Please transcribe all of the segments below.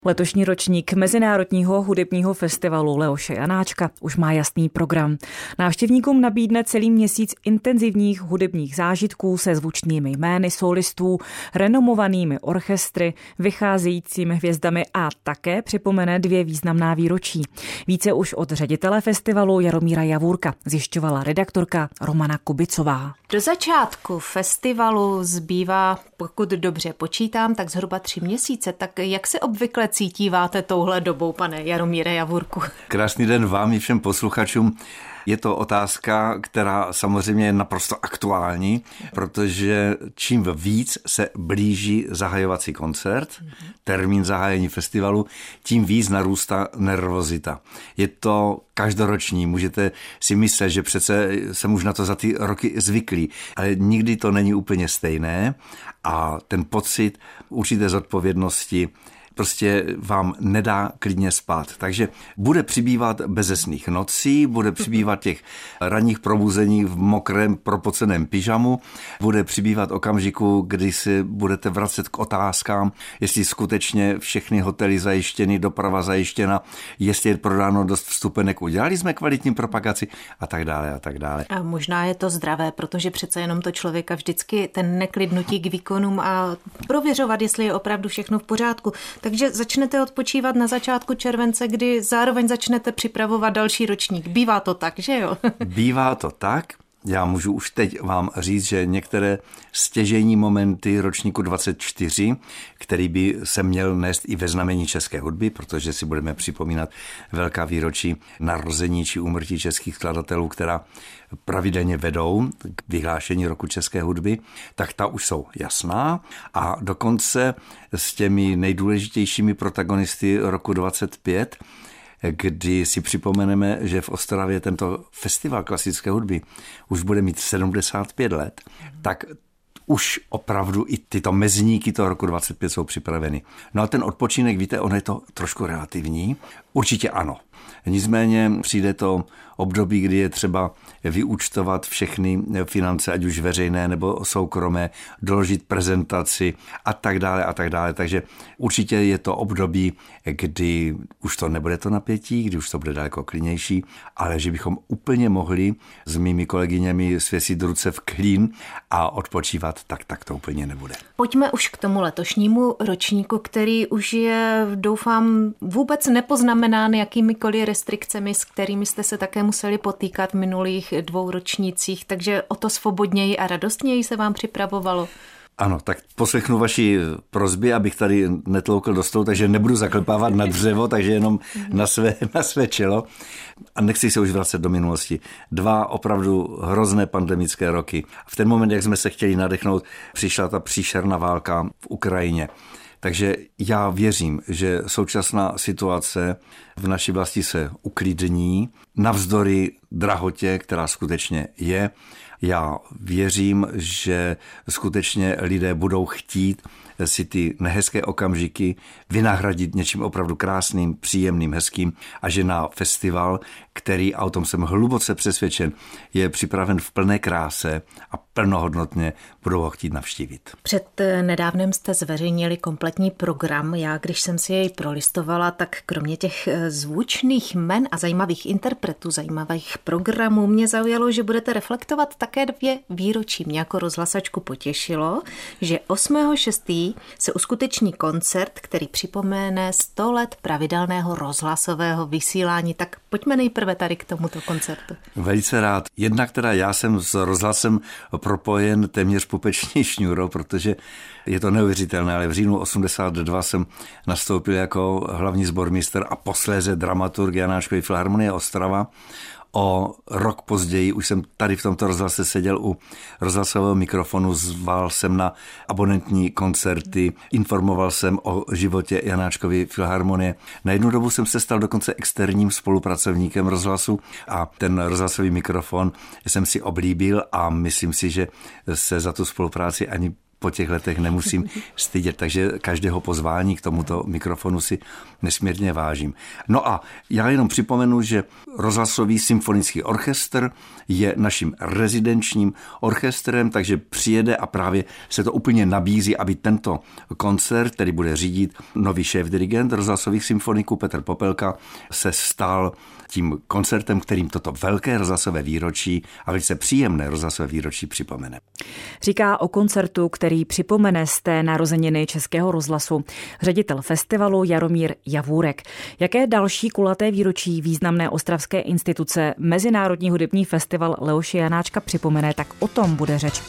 Letošní ročník Mezinárodního hudebního festivalu Leoše Janáčka už má jasný program. Návštěvníkům nabídne celý měsíc intenzivních hudebních zážitků se zvučnými jmény solistů, renomovanými orchestry, vycházejícími hvězdami a také připomene 2 významná výročí. Více už od ředitele festivalu Jaromíra Javůrka zjišťovala redaktorka Romana Kubicová. Do začátku festivalu zbývá, pokud dobře počítám, tak zhruba 3 měsíce. Tak jak se obvykle cítíváte touhle dobou, pane Jaromíre Javůrku? Krásný den vám i všem posluchačům. Je to otázka, která samozřejmě je naprosto aktuální, protože čím víc se blíží zahajovací koncert, termín zahájení festivalu, tím víc narůstá nervozita. Je to každoroční, můžete si myslet, že přece jsem už na to za ty roky zvyklý, ale nikdy to není úplně stejné a ten pocit určité zodpovědnosti prostě vám nedá klidně spát. Takže bude přibývat bezesných nocí, bude přibývat těch ranních probuzení v mokrém propoceném pyžamu, bude přibývat okamžiku, kdy si budete vracet k otázkám, jestli skutečně všechny hotely zajištěny, doprava zajištěna, jestli je prodáno dost vstupenek, udělali jsme kvalitní propagaci a tak dále a tak dále. A možná je to zdravé, protože přece jenom to člověka vždycky ten neklid nutí k výkonům a prověřovat, jestli je opravdu všechno v pořádku. Takže začnete odpočívat na začátku července, kdy zároveň začnete připravovat další ročník. Bývá to tak, že jo? Bývá to tak. Já můžu už teď vám říct, že některé stěžejní momenty ročníku 24, který by se měl nést i ve znamení české hudby, protože si budeme připomínat velká výročí narození či úmrtí českých skladatelů, která pravidelně vedou k vyhlášení roku české hudby, tak ta už jsou jasná a dokonce s těmi nejdůležitějšími protagonisty roku 25, kdy si připomeneme, že v Ostravě tento festival klasické hudby už bude mít 75 let, tak už opravdu i tyto mezníky toho roku 25 jsou připraveny. No a ten odpočinek, víte, on je to trošku relativní. Určitě ano. Nicméně přijde to období, kdy je třeba vyúčtovat všechny finance, ať už veřejné nebo soukromé, doložit prezentaci a tak dále a tak dále. Takže určitě je to období, kdy už to nebude to napětí, kdy už to bude daleko klidnější, ale že bychom úplně mohli s mými kolegyněmi svěsit ruce v klín a odpočívat, tak to úplně nebude. Pojďme už k tomu letošnímu ročníku, který už je, doufám, vůbec nepoznamenán jakýmikoliv restrikcemi, s kterými jste se také museli potýkat v minulých 2 ročnících, takže o to svobodněji a radostněji se vám připravovalo. Ano, tak poslechnu vaši prosby, abych tady netloukl do stolu, takže nebudu zaklepávat na dřevo, takže jenom na své čelo. A nechci se už vracet do minulosti. 2 opravdu hrozné pandemické roky. V ten moment, jak jsme se chtěli nadechnout, přišla ta příšerná válka v Ukrajině. Takže já věřím, že současná situace v naší vlasti se uklidní navzdory drahotě, která skutečně je. Já věřím, že skutečně lidé budou chtít si ty nehezké okamžiky vynahradit něčím opravdu krásným, příjemným, hezkým a že na festival, který, a o tom jsem hluboce přesvědčen, je připraven v plné kráse a plnohodnotně, budou ho chtít navštívit. Před nedávnem jste zveřejnili kompletní program. Já, když jsem si jej prolistovala, tak kromě těch zvučných jmen a zajímavých interpretů, zajímavých programů, mě zaujalo, že budete reflektovat také 2 výročí. Mě jako rozhlasačku potěšilo, že 8.6. se uskuteční koncert, který připomene 100 let pravidelného rozhlasového vysílání. Tak pojďme nejprve tady k tomuto koncertu. Velice rád. Jednak teda já jsem s rozhlasem propojen téměř pupeční šňůrou, protože je to neuvěřitelné, ale v říjnu 82 jsem nastoupil jako hlavní sbormistr a posléze dramaturg Janáčkovy filharmonie Ostrava. O rok později už jsem tady v tomto rozhlase seděl u rozhlasového mikrofonu, zval jsem na abonentní koncerty, informoval jsem o životě Janáčkovy filharmonie. Na jednu dobu jsem se stal dokonce externím spolupracovníkem rozhlasu a ten rozhlasový mikrofon jsem si oblíbil a myslím si, že se za tu spolupráci ani po těch letech nemusím stydět, takže každého pozvání k tomuto mikrofonu si nesmírně vážím. No a já jenom připomenu, že Rozhlasový symfonický orchestr je naším rezidenčním orchestrem, takže přijede a právě se to úplně nabízí, aby tento koncert, který bude řídit nový šéfdirigent rozhlasových symfoniků Petr Popelka, se stal tím koncertem, kterým toto velké rozhlasové výročí a velice příjemné rozhlasové výročí připomene. Říká o koncertu, který připomene z té narozeniny Českého rozhlasu ředitel festivalu Jaromír Javůrek. Jaké další kulaté výročí významné ostravské instituce Mezinárodní hudební festival Leoše Janáčka připomene, tak o tom bude řeč.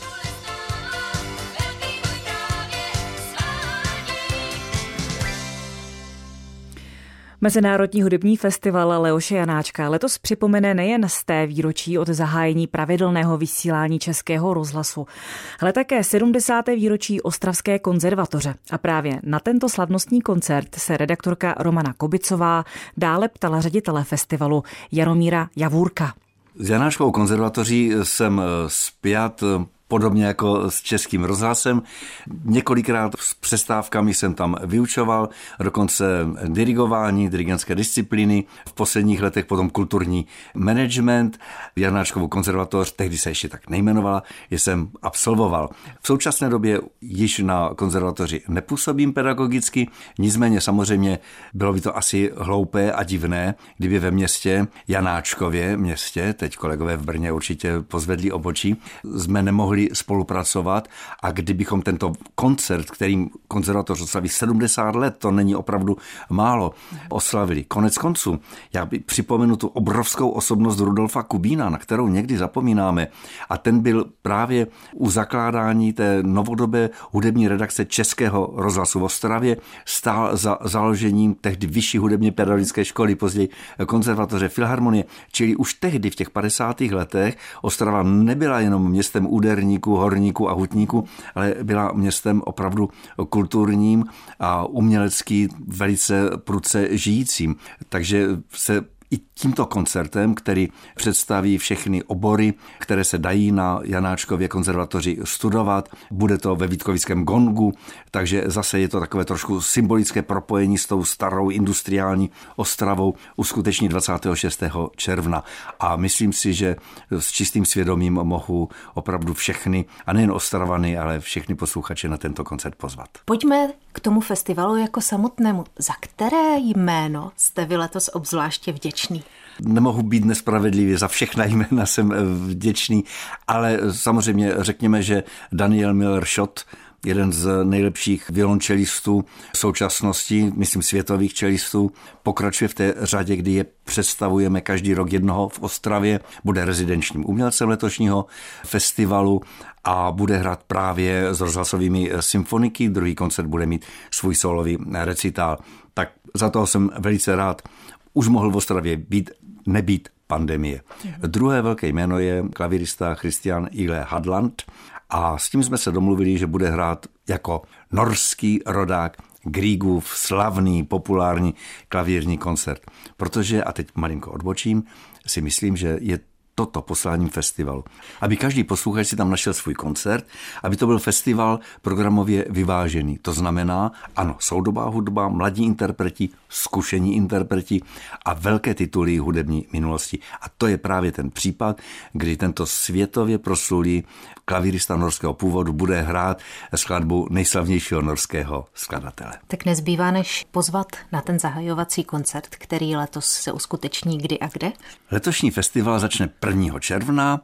Mezinárodní hudební festival Leoše Janáčka letos připomene nejen z té výročí od zahájení pravidelného vysílání Českého rozhlasu, ale také 70. výročí Ostravské konzervatoře. A právě na tento slavnostní koncert se redaktorka Romana Kobicová dále ptala ředitele festivalu Jaromíra Javůrka. S Janáčkovou konzervatoří jsem spjat podobně jako s Českým rozhlasem. Několikrát s přestávkami jsem tam vyučoval, dokonce dirigování, dirigentské disciplíny, v posledních letech potom kulturní management. Janáčkovou konzervatoř, tehdy se ještě tak nejmenovala, jsem absolvoval. V současné době již na konzervatoři nepůsobím pedagogicky, nicméně samozřejmě bylo by to asi hloupé a divné, kdyby ve městě Janáčkově městě, teď kolegové v Brně určitě pozvedli obočí, jsme nemohli spolupracovat a kdybychom tento koncert, kterým konzervatoř oslaví 70 let, to není opravdu málo, oslavili. Konec konců, já připomenu tu obrovskou osobnost Rudolfa Kubína, na kterou někdy zapomínáme, a ten byl právě u zakládání té novodobé hudební redakce Českého rozhlasu v Ostravě, stál za založením tehdy vyšší hudebně pedagogické školy, později konzervatoře Filharmonie, čili už tehdy v těch 50. letech Ostrava nebyla jenom městem úderníků, horníků a hutníků, ale byla městem opravdu kulturním a umělecký velice prudce žijícím. Takže se i tímto koncertem, který představí všechny obory, které se dají na Janáčkově konzervatoři studovat. Bude to ve Vítkovickém Gongu, takže zase je to takové trošku symbolické propojení s tou starou industriální Ostravou, uskuteční 26. června. A myslím si, že s čistým svědomím mohu opravdu všechny, a nejen Ostravany, ale všechny posluchače na tento koncert pozvat. Pojďme k tomu festivalu jako samotnému. Za které jméno jste vy letos obzvláště vděčný? Nemohu být nespravedlivý, za všechna jména jsem vděčný, ale samozřejmě řekněme, že Daniel Miller-Schott, jeden z nejlepších violončelistů současnosti, myslím světových čelistů, pokračuje v té řadě, kdy je představujeme každý rok jednoho v Ostravě, bude rezidenčním umělcem letošního festivalu a bude hrát právě s rozhlasovými symfoniky, druhý koncert bude mít svůj solový recitál. Tak za toho jsem velice rád. Už mohl v Ostravě nebýt pandemie. Druhé velké jméno je klavírista Christian Ile Hadland a s tím jsme se domluvili, že bude hrát jako norský rodák Griegův slavný, populární klavírní koncert. Protože, a teď malinko odbočím, si myslím, že je toto posláním festivalu. Aby každý posluchač si tam našel svůj koncert, aby to byl festival programově vyvážený. To znamená, ano, soudobá hudba, mladí interpreti, zkušení interpreti a velké tituly hudební minulosti. A to je právě ten případ, kdy tento světově proslulý klavírista norského původu bude hrát skladbu nejslavnějšího norského skladatele. Tak nezbývá, než pozvat na ten zahajovací koncert, který letos se uskuteční kdy a kde? Letošní festival začne 1. června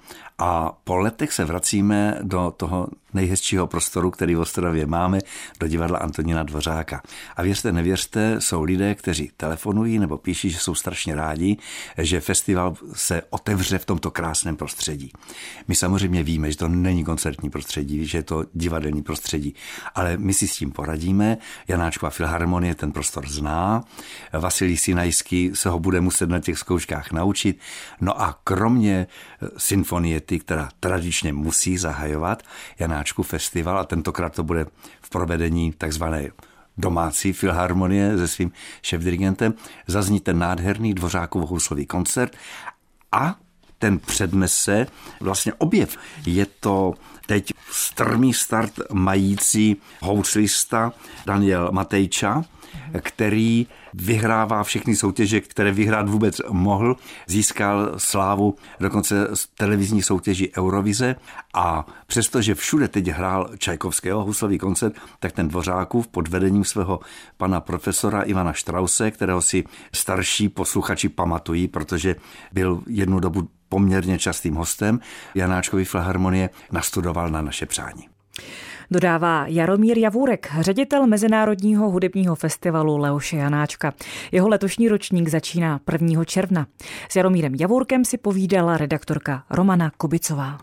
a po letech se vracíme do toho nejhezčího prostoru, který v Ostravě máme, do divadla Antonína Dvořáka. A věřte, nevěřte, jsou lidé, kteří telefonují nebo píší, že jsou strašně rádi, že festival se otevře v tomto krásném prostředí. My samozřejmě víme, že to není koncertní prostředí, že je to divadelní prostředí, ale my si s tím poradíme. Janáčkova filharmonie ten prostor zná, Vasilij Sinajský se ho bude muset na těch zkouškách naučit. No a kromě symfoniety, která tradičně musí zahajovat Janáčku festival, a tentokrát to bude v provedení takzvané domácí filharmonie se svým šéfdirigentem, zazní ten nádherný Dvořákův houslový koncert a ten přednese vlastně objev. Je to teď strmý start mající houslista Daniel Matejča, který vyhrává všechny soutěže, které vyhrát vůbec mohl. Získal slávu dokonce z televizní soutěži Eurovize a přestože všude teď hrál Čajkovského houslový koncert, tak ten Dvořákův pod vedením svého pana profesora Ivana Štrause, kterého si starší posluchači pamatují, protože byl jednu dobu poměrně častým hostem Janáčkovy filharmonie, nastudoval na naše přání. Dodává Jaromír Javůrek, ředitel Mezinárodního hudebního festivalu Leoše Janáčka. Jeho letošní ročník začíná 1. června. S Jaromírem Javůrkem si povídala redaktorka Romana Kubicová.